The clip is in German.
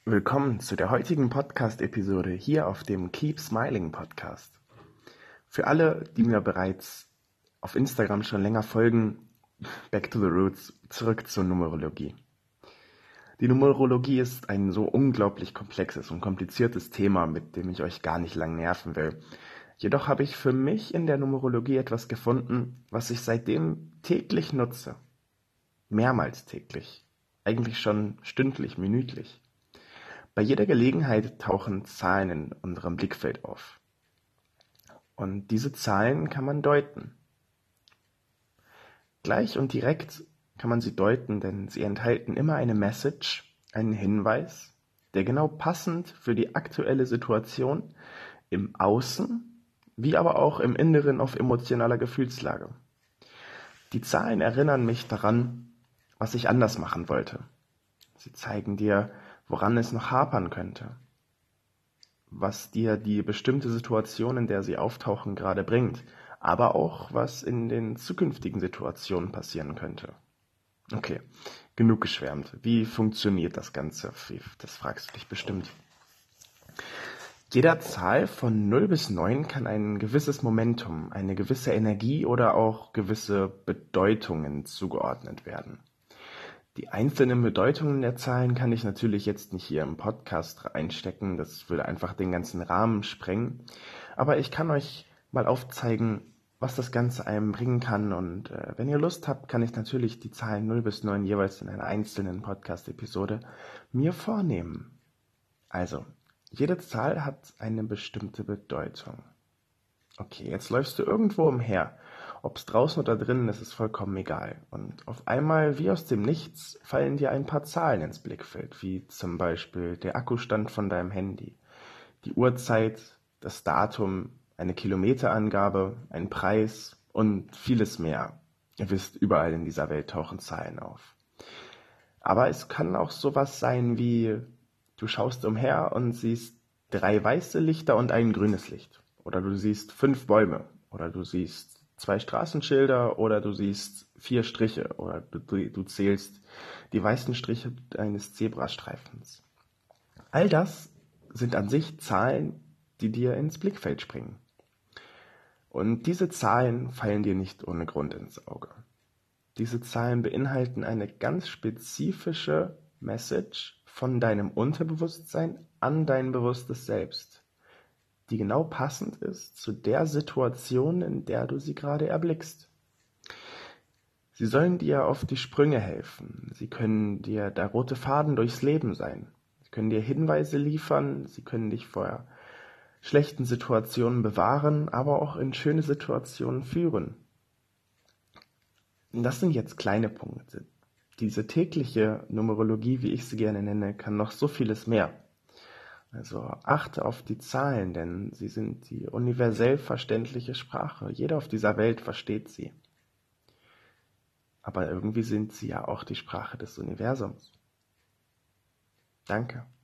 Willkommen zu der heutigen Podcast-Episode hier auf dem Keep Smiling Podcast. Für alle, die mir bereits auf Instagram schon länger folgen, back to the roots, zurück zur Numerologie. Die Numerologie ist ein so unglaublich komplexes und kompliziertes Thema, mit dem ich euch gar nicht lang nerven will. Jedoch habe ich für mich in der Numerologie etwas gefunden, was ich seitdem täglich nutze. Mehrmals täglich. Eigentlich schon stündlich, minütlich. Bei jeder Gelegenheit tauchen Zahlen in unserem Blickfeld auf. Und diese Zahlen kann man deuten. Gleich und direkt kann man sie deuten, denn sie enthalten immer eine Message, einen Hinweis, der genau passend für die aktuelle Situation im Außen, wie aber auch im Inneren auf emotionaler Gefühlslage. Die Zahlen erinnern mich daran, was ich anders machen wollte. Sie zeigen dir, woran es noch hapern könnte, was dir die bestimmte Situation, in der sie auftauchen, gerade bringt, aber auch, was in den zukünftigen Situationen passieren könnte. Okay, genug geschwärmt. Wie funktioniert das Ganze? Das fragst du dich bestimmt. Jeder Zahl von 0 bis 9 kann ein gewisses Momentum, eine gewisse Energie oder auch gewisse Bedeutungen zugeordnet werden. Die einzelnen Bedeutungen der Zahlen kann ich natürlich jetzt nicht hier im Podcast einstecken, das würde einfach den ganzen Rahmen sprengen. Aber ich kann euch mal aufzeigen, was das Ganze einem bringen kann. Und wenn ihr Lust habt, kann ich natürlich die Zahlen 0 bis 9 jeweils in einer einzelnen Podcast-Episode mir vornehmen. Also, jede Zahl hat eine bestimmte Bedeutung. Okay, jetzt läufst du irgendwo umher. Ob es draußen oder drinnen ist, ist vollkommen egal. Und auf einmal, wie aus dem Nichts, fallen dir ein paar Zahlen ins Blickfeld, wie zum Beispiel der Akkustand von deinem Handy, die Uhrzeit, das Datum, eine Kilometerangabe, ein Preis und vieles mehr. Ihr wisst, überall in dieser Welt tauchen Zahlen auf. Aber es kann auch sowas sein wie, du schaust umher und siehst 3 weiße Lichter und ein grünes Licht. Oder du siehst 5 Bäume. Oder du siehst 2 Straßenschilder. Oder du siehst 4 Striche. Oder du zählst die weißen Striche eines Zebrastreifens. All das sind an sich Zahlen, die dir ins Blickfeld springen. Und diese Zahlen fallen dir nicht ohne Grund ins Auge. Diese Zahlen beinhalten eine ganz spezifische Message von deinem Unterbewusstsein an dein bewusstes Selbst, die genau passend ist zu der Situation, in der du sie gerade erblickst. Sie sollen dir auf die Sprünge helfen. Sie können dir der rote Faden durchs Leben sein. Sie können dir Hinweise liefern. Sie können dich vor schlechten Situationen bewahren, aber auch in schöne Situationen führen. Das sind jetzt kleine Punkte. Diese tägliche Numerologie, wie ich sie gerne nenne, kann noch so vieles mehr. Also achte auf die Zahlen, denn sie sind die universell verständliche Sprache. Jeder auf dieser Welt versteht sie. Aber irgendwie sind sie ja auch die Sprache des Universums. Danke.